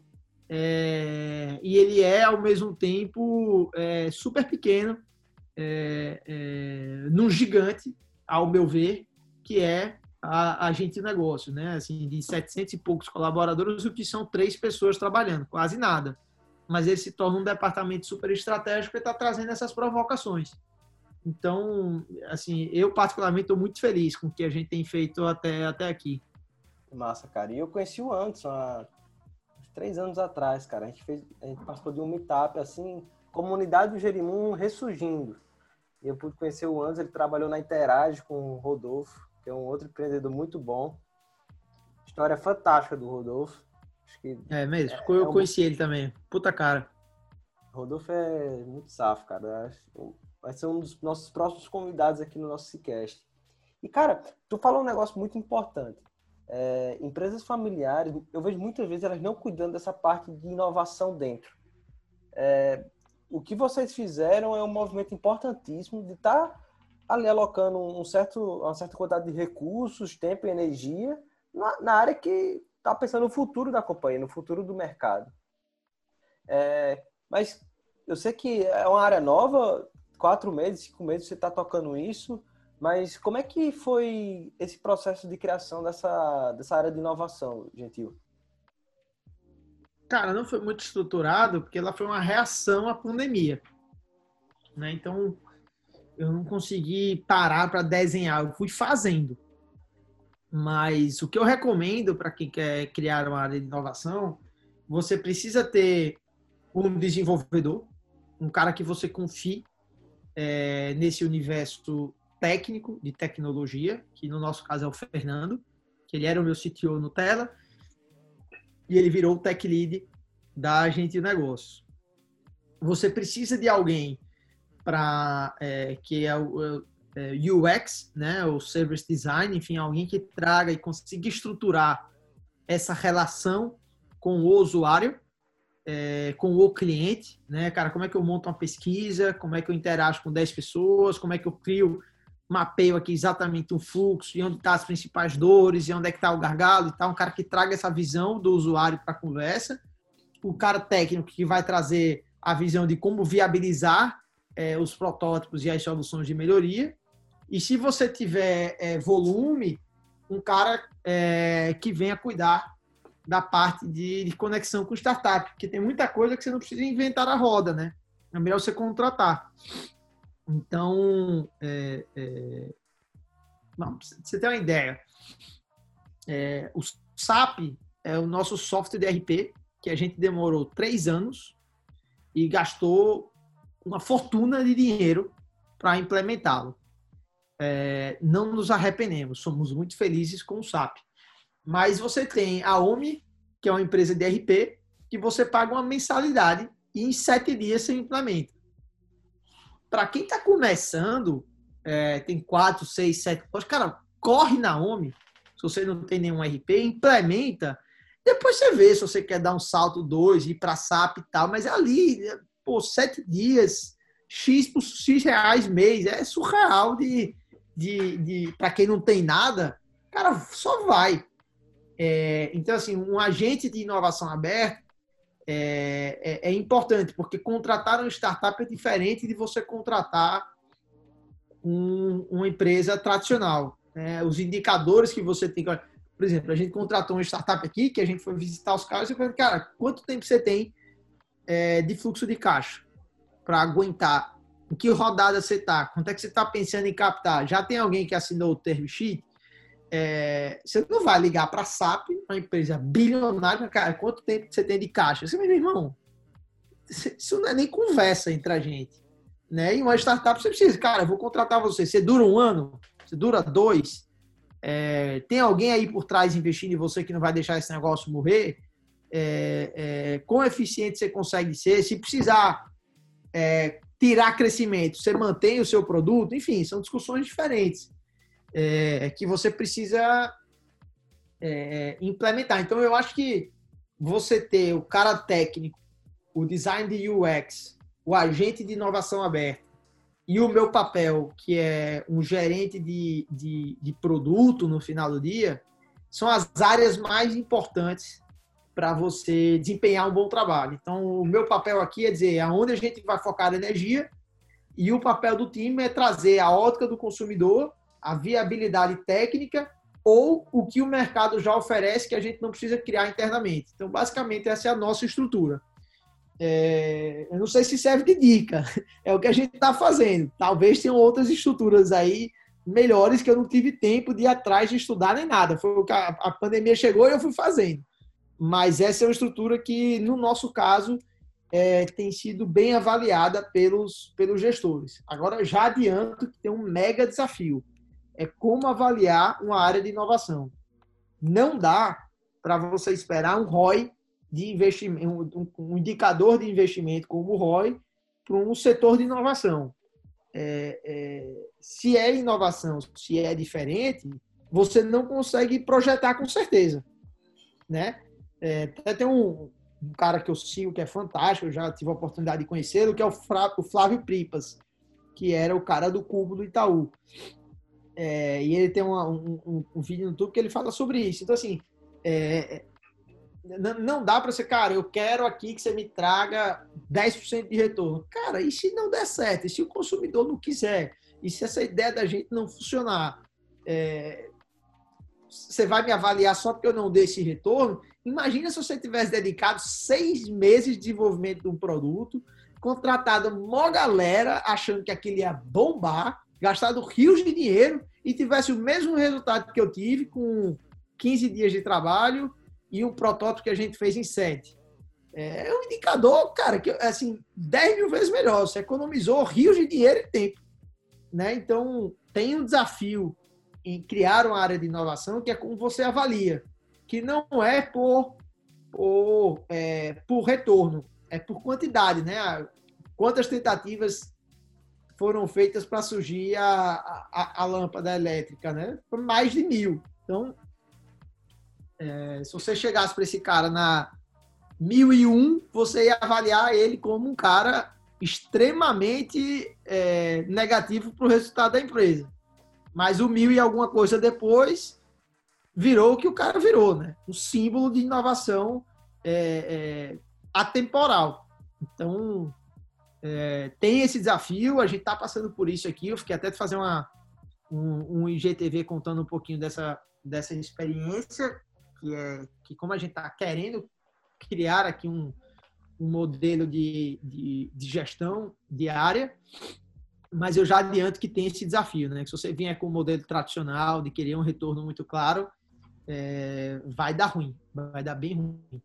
é, e ele é, ao mesmo tempo, é, super pequeno, é, é, num gigante, ao meu ver, que é a agente de negócio, né? Assim, de setecentos e poucos colaboradores, o que são três pessoas trabalhando, quase nada. Mas ele se torna um departamento super estratégico e está trazendo essas provocações. Então, assim, eu particularmente estou muito feliz com o que a gente tem feito até, até aqui. Massa, cara. E eu conheci o Anderson há uns três anos atrás, cara. A gente, fez, a gente participou de um meetup, assim, comunidade do Jerimum ressurgindo. E eu pude conhecer o Anderson, ele trabalhou na Interage com o Rodolfo, que é um outro empreendedor muito bom. História fantástica do Rodolfo. Acho que é mesmo, é, eu é um... conheci ele também. Puta cara. Rodolfo é muito safo, cara. Vai ser um dos nossos próximos convidados aqui no nosso Cicast. E, cara, tu falou um negócio muito importante. É, empresas familiares, eu vejo muitas vezes elas não cuidando dessa parte de inovação dentro. É, o que vocês fizeram é um movimento importantíssimo de estar tá ali alocando um certo, uma certa quantidade de recursos, tempo e energia na, na área que está pensando no futuro da companhia, no futuro do mercado. É, mas eu sei que é uma área nova, quatro meses, cinco meses você está tocando isso, mas como é que foi esse processo de criação dessa, dessa área de inovação, Gentil? Cara, não foi muito estruturado, porque ela foi uma reação à pandemia, né? Então, eu não consegui parar para desenhar, eu fui fazendo. Mas o que eu recomendo para quem quer criar uma área de inovação, você precisa ter um desenvolvedor, um cara que você confie é, nesse universo técnico, de tecnologia, que no nosso caso é o Fernando, que ele era o meu C T O no Tela, e ele virou o tech lead da agente de negócio. Você precisa de alguém para é, que é o é, U X, né, o Service Design, enfim, alguém que traga e consiga estruturar essa relação com o usuário, é, com o cliente, né, cara, como é que eu monto uma pesquisa, como é que eu interajo com dez pessoas, como é que eu crio, mapeio aqui exatamente um fluxo, e onde estão as principais dores, e onde é que está o gargalo e tal, um cara que traga essa visão do usuário para a conversa, o cara técnico que vai trazer a visão de como viabilizar é, os protótipos e as soluções de melhoria, e se você tiver é, volume, um cara é, que venha cuidar da parte de, de conexão com startup, porque tem muita coisa que você não precisa inventar a roda, né? É melhor você contratar. Então, é, é, não, você tem uma ideia. É, o S A P é o nosso software de R P, que a gente demorou três anos e gastou uma fortuna de dinheiro para implementá-lo. É, não nos arrependemos, somos muito felizes com o S A P. Mas você tem a OMI, que é uma empresa de R P, que você paga uma mensalidade e em sete dias você implementa. Para quem está começando, é, tem quatro, seis, sete, cara, corre na OMI, se você não tem nenhum R P, implementa, depois você vê se você quer dar um salto dois, ir para S A P e tal, mas ali, pô, sete dias, X por X reais mês, é surreal de, de, de para quem não tem nada, cara, só vai. É, então, assim, um agente de inovação aberta é, é, é importante, porque contratar uma startup é diferente de você contratar um, uma empresa tradicional. Né? Os indicadores que você tem que... Por exemplo, a gente contratou uma startup aqui, que a gente foi visitar os caras e eu falei, cara, quanto tempo você tem é, de fluxo de caixa para aguentar? Em que rodada você está? Quanto é que você está pensando em captar? Já tem alguém que assinou o term sheet? É, você não vai ligar para a S A P, uma empresa bilionária, cara, quanto tempo você tem de caixa? Você, meu irmão, isso não é nem conversa entre a gente. Né? E uma startup, você precisa, cara, eu vou contratar você. Você dura um ano? Você dura dois? É, tem alguém aí por trás investindo em você que não vai deixar esse negócio morrer? É, é, quão eficiente você consegue ser? Se precisar é, tirar crescimento, você mantém o seu produto? Enfim, são discussões diferentes. É, que você precisa é, implementar. Então, eu acho que você ter o cara técnico, o design de U X, o agente de inovação aberta e o meu papel, que é um gerente de, de, de produto no final do dia, são as áreas mais importantes para você desempenhar um bom trabalho. Então, o meu papel aqui é dizer aonde a gente vai focar a energia e o papel do time é trazer a ótica do consumidor, a viabilidade técnica ou o que o mercado já oferece que a gente não precisa criar internamente. Então, basicamente, essa é a nossa estrutura. É, eu não sei se serve de dica, é o que a gente está fazendo. Talvez tenham outras estruturas aí melhores que eu não tive tempo de ir atrás de estudar nem nada. Foi o que a, a pandemia chegou e eu fui fazendo. Mas essa é uma estrutura que, no nosso caso, é, tem sido bem avaliada pelos, pelos gestores. Agora, já adianto que tem um mega desafio. É como avaliar uma área de inovação. Não dá para você esperar um R O I de investimento, um, um indicador de investimento como o R O I para um setor de inovação. É, é, se é inovação, se é diferente, você não consegue projetar com certeza. Né? É, até tem um, um cara que eu sigo que é fantástico, eu já tive a oportunidade de conhecê-lo, que é o Flávio Pripas, que era o cara do Cubo do Itaú. É, e ele tem uma, um, um, um vídeo no YouTube que ele fala sobre isso. Então, assim, é, não dá para ser, cara, eu quero aqui que você me traga dez por cento de retorno. Cara, e se não der certo? E se o consumidor não quiser? E se essa ideia da gente não funcionar? É, você vai me avaliar só porque eu não dei esse retorno? Imagina se você tivesse dedicado seis meses de desenvolvimento de um produto, contratado uma galera achando que aquilo ia bombar, gastado rios de dinheiro e tivesse o mesmo resultado que eu tive com quinze dias de trabalho e um protótipo que a gente fez em sete. É um indicador, cara, que assim, dez mil vezes melhor. Você economizou rios de dinheiro e tempo, né? Então, tem um desafio em criar uma área de inovação que é como você avalia, que não é por, por, é, por retorno, é por quantidade, né? Quantas tentativas foram feitas para surgir a, a, a lâmpada elétrica, né? Mais de mil. Então, é, se você chegasse para esse cara na mil e um, você ia avaliar ele como um cara extremamente é, negativo para o resultado da empresa. Mas o mil e alguma coisa depois virou o que o cara virou, né? Um símbolo de inovação é, é, atemporal. Então, é, tem esse desafio, a gente está passando por isso aqui. Eu fiquei até de fazer uma, um, um I G T V contando um pouquinho dessa, dessa experiência, que é que como a gente está querendo criar aqui um, um modelo de, de, de gestão diária, mas eu já adianto que tem esse desafio, né? Que se você vier com o modelo tradicional de querer um retorno muito claro, é, vai dar ruim, vai dar bem ruim.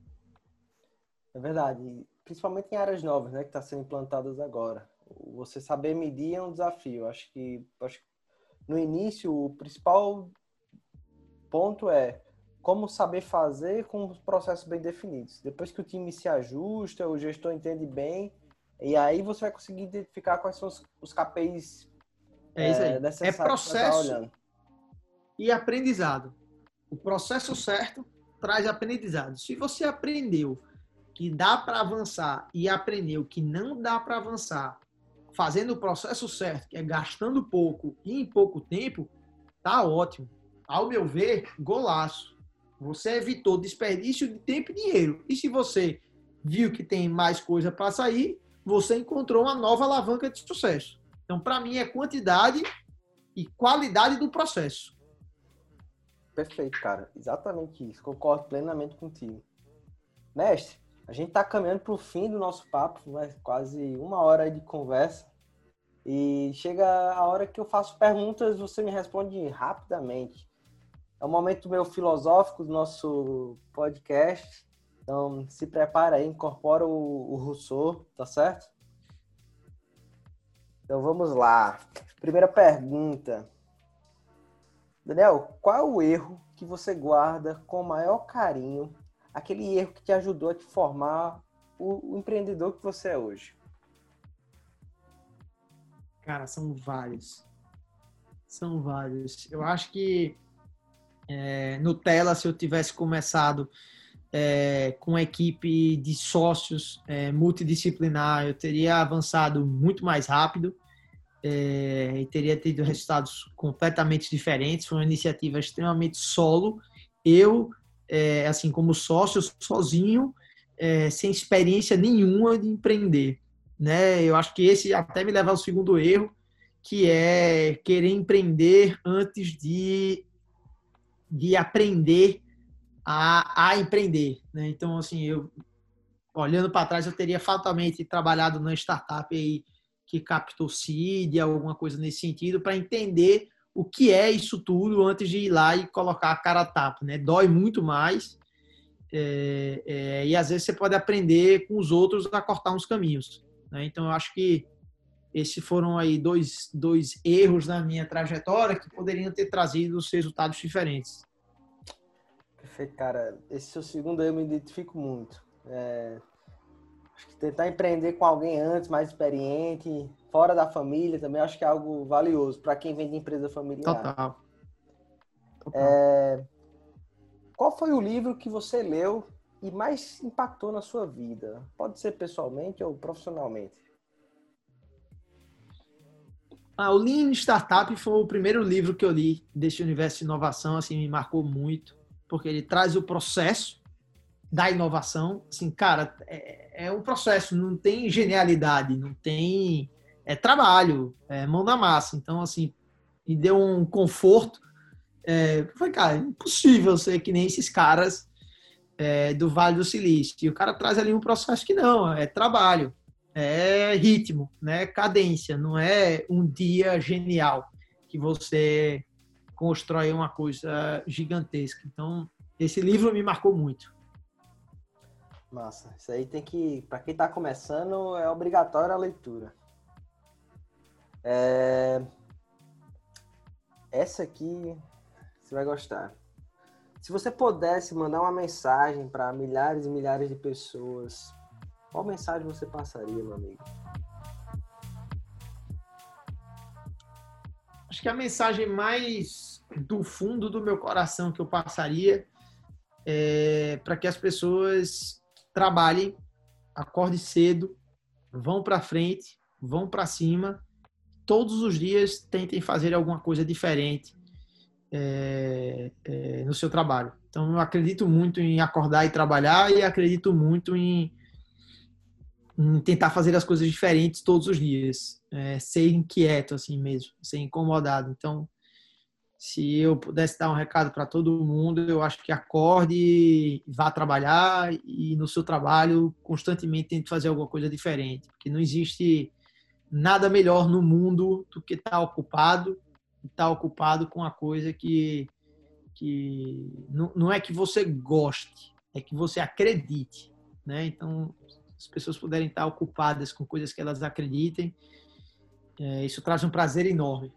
É verdade, principalmente em áreas novas, né, que estão sendo implantadas agora. Você saber medir é um desafio. Acho que, acho que no início o principal ponto é como saber fazer com os processos bem definidos. Depois que o time se ajusta, o gestor entende bem, e aí você vai conseguir identificar quais são os, os K P Is é, isso aí. É, é processo olhando. E aprendizado. O processo certo traz aprendizado. Se você aprendeu que dá para avançar e aprendeu que não dá para avançar fazendo o processo certo, que é gastando pouco e em pouco tempo, tá ótimo. Ao meu ver, golaço. Você evitou desperdício de tempo e dinheiro. E se você viu que tem mais coisa para sair, você encontrou uma nova alavanca de sucesso. Então, para mim, é quantidade e qualidade do processo. Perfeito, cara. Exatamente isso. Concordo plenamente contigo. Mestre, a gente está caminhando para o fim do nosso papo, né? Quase uma hora de conversa. E chega a hora que eu faço perguntas, você me responde rapidamente. É um momento meio filosófico do nosso podcast. Então, se prepara aí, incorpora o, o Rousseau, tá certo? Então, vamos lá. Primeira pergunta. Daniel, qual é o erro que você guarda com o maior carinho? Aquele erro que te ajudou a te formar o, o empreendedor que você é hoje? Cara, são vários. São vários. Eu acho que é, Nutella, se eu tivesse começado é, com uma equipe de sócios é, multidisciplinar, eu teria avançado muito mais rápido é, e teria tido resultados completamente diferentes. Foi uma iniciativa extremamente solo. Eu, é, assim como sócio, sozinho, é, sem experiência nenhuma de empreender. Né? Eu acho que esse até me leva ao segundo erro, que é querer empreender antes de de aprender a, a empreender, né? Então, assim, eu olhando para trás, eu teria fatalmente trabalhado numa startup aí que captou seed, alguma coisa nesse sentido, para entender o que é isso tudo antes de ir lá e colocar a cara a tapa, né? Dói muito mais é, é, e às vezes você pode aprender com os outros a cortar uns caminhos, né? Então, eu acho que esses foram aí dois, dois erros na minha trajetória que poderiam ter trazido os resultados diferentes. Perfeito, cara. Esse seu segundo eu me identifico muito. É... Acho que tentar empreender com alguém antes, mais experiente, fora da família, também acho que é algo valioso para quem vem de empresa familiar. Total. Total. É... Qual foi o livro que você leu e mais impactou na sua vida? Pode ser pessoalmente ou profissionalmente. Ah, o Lean Startup foi o primeiro livro que eu li desse universo de inovação, assim, me marcou muito, porque ele traz o processo da inovação, assim, cara, é, é um processo, não tem genialidade, não tem, é trabalho, é mão na massa, então, assim, me deu um conforto, é, foi, cara, impossível ser que nem esses caras é, do Vale do Silício, e o cara traz ali um processo que não, é trabalho, é ritmo, né? Cadência, não é um dia genial que você constrói uma coisa gigantesca. Então, esse livro me marcou muito. Massa. Isso aí tem que, para quem está começando, é obrigatória a leitura. É... Essa aqui você vai gostar. Se você pudesse mandar uma mensagem para milhares e milhares de pessoas, qual mensagem você passaria, meu amigo? Acho que a mensagem mais do fundo do meu coração que eu passaria é para que as pessoas trabalhem, acordem cedo, vão para frente, vão para cima, todos os dias tentem fazer alguma coisa diferente é, é, no seu trabalho. Então, eu acredito muito em acordar e trabalhar e acredito muito em em tentar fazer as coisas diferentes todos os dias, é, ser inquieto assim mesmo, ser incomodado. Então, se eu pudesse dar um recado para todo mundo, eu acho que acorde, vá trabalhar e no seu trabalho constantemente tente fazer alguma coisa diferente, porque não existe nada melhor no mundo do que estar ocupado, estar ocupado com a coisa que que não, não é que você goste, é que você acredite, né? Então as pessoas puderem estar ocupadas com coisas que elas acreditem, é, isso traz um prazer enorme.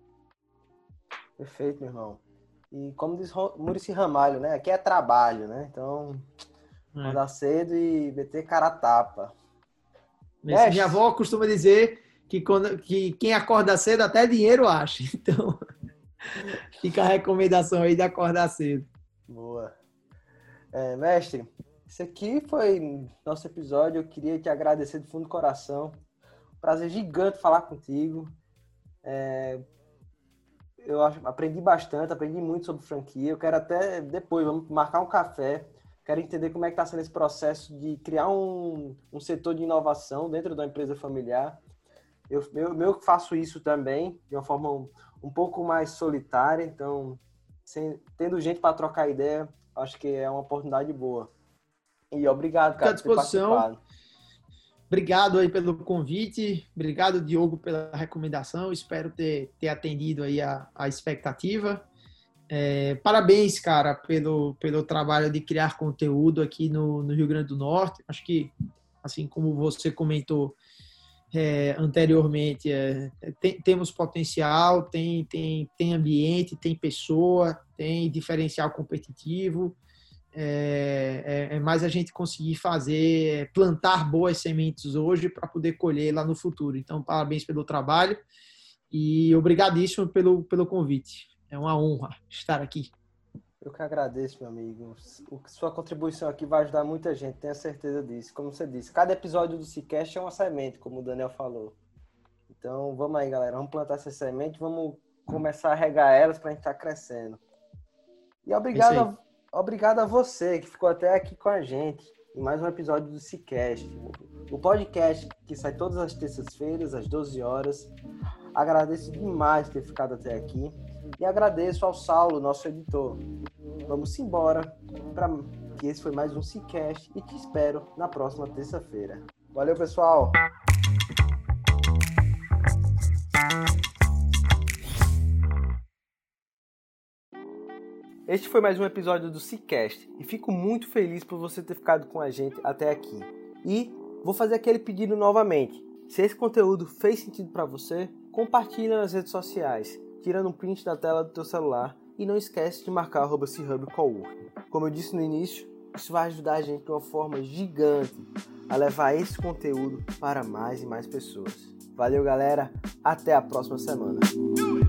Perfeito, meu irmão. E como diz Muricy Ramalho, né? Aqui é trabalho, né? Então, acordar é. cedo e meter cara a tapa. Mestre, minha avó costuma dizer que, quando, que quem acorda cedo até dinheiro acha. Então, fica a recomendação aí de acordar cedo. Boa. É, mestre, esse aqui foi nosso episódio. Eu queria te agradecer do fundo do coração. Prazer gigante falar contigo. É, eu aprendi bastante, aprendi muito sobre franquia. Eu quero até depois, vamos marcar um café. Quero entender como é que está sendo esse processo de criar um, um setor de inovação dentro da empresa familiar. Eu, eu, eu faço isso também, de uma forma um, um pouco mais solitária. Então, sem, tendo gente para trocar ideia, acho que é uma oportunidade boa. E obrigado, cara, por ter participado. Obrigado aí pelo convite. Obrigado, Diogo, pela recomendação. Espero ter, ter atendido aí a, a expectativa. É, parabéns, cara, pelo, pelo trabalho de criar conteúdo aqui no, no Rio Grande do Norte. Acho que, assim como você comentou é, anteriormente, é, tem, temos potencial, tem, tem, tem ambiente, tem pessoa, tem diferencial competitivo. É, é, é mais a gente conseguir fazer, plantar boas sementes hoje para poder colher lá no futuro. Então, parabéns pelo trabalho e obrigadíssimo pelo, pelo convite. É uma honra estar aqui. Eu que agradeço, meu amigo. O, sua contribuição aqui vai ajudar muita gente, tenho certeza disso. Como você disse, cada episódio do Cicast é uma semente, como o Daniel falou. Então, vamos aí, galera. Vamos plantar essa semente, vamos começar a regar elas para a gente estar crescendo. E obrigado a, obrigado a você que ficou até aqui com a gente em mais um episódio do Cicast. O podcast que sai todas as terças-feiras, às doze horas. Agradeço demais ter ficado até aqui. E agradeço ao Saulo, nosso editor. Vamos embora, pra... que esse foi mais um Cicast e te espero na próxima terça-feira. Valeu, pessoal! Este foi mais um episódio do Cicast e fico muito feliz por você ter ficado com a gente até aqui. E vou fazer aquele pedido novamente. Se esse conteúdo fez sentido para você, compartilha nas redes sociais, tirando um print da tela do teu celular e não esquece de marcar arroba C-Hub Coworking. Como eu disse no início, isso vai ajudar a gente de uma forma gigante a levar esse conteúdo para mais e mais pessoas. Valeu, galera! Até a próxima semana!